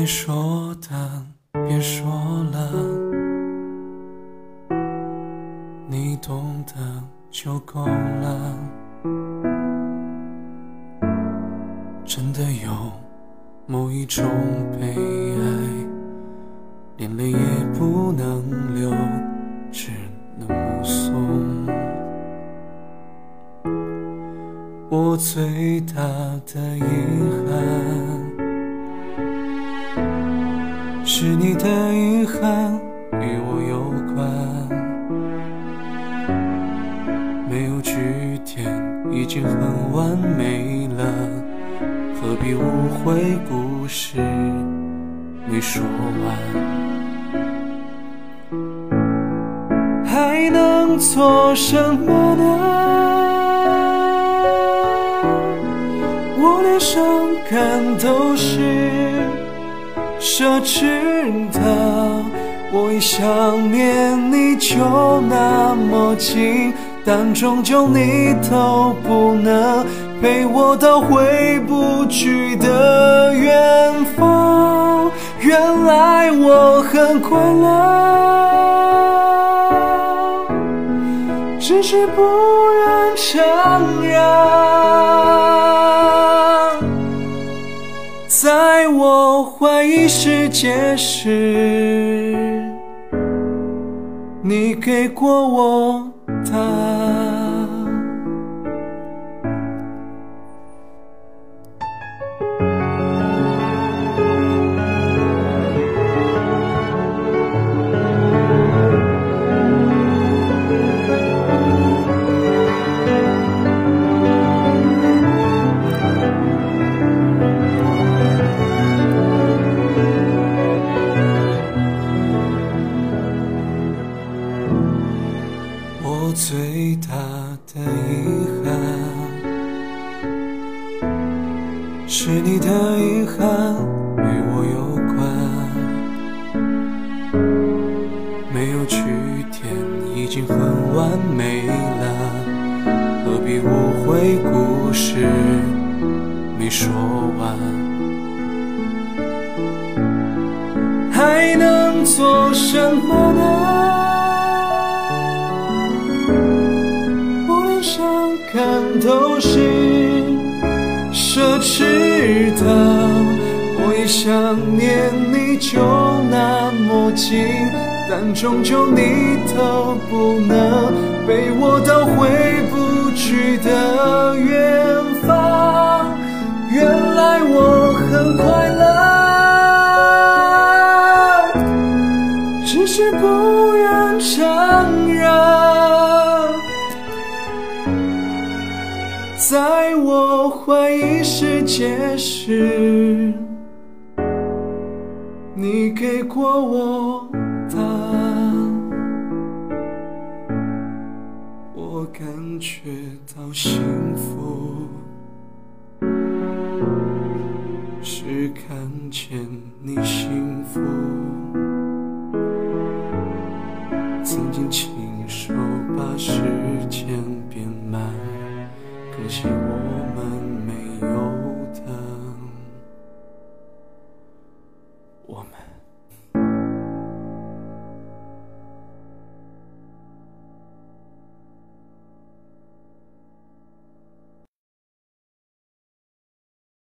说的别说了，你懂得就够了。真的有某一种悲哀，连泪也不能流，只能目送。我最大的遗憾，是你的遗憾与我有关，没有句点已经很完美了，何必误会故事没说完，还能做什么呢？我连伤感都是奢侈的，我一想念你就那么近，但终究你都不能陪我到回不去的远方。原来我很快乐，只是不愿承认。在我怀疑世界时，你给过我答案。我最大的遗憾，是你的遗憾与我有关，没有句点已经很完美了，何必误会故事没说完，还能做什么呢？伤感都是奢侈的，我一想念你就那么近，但终究你都不能陪我到回不去的远方。原来我很快乐，只是不愿承认。在我怀疑世界时，你给过我答案，我感觉到幸福，是看见你幸福，曾经亲手把时间变慢，可惜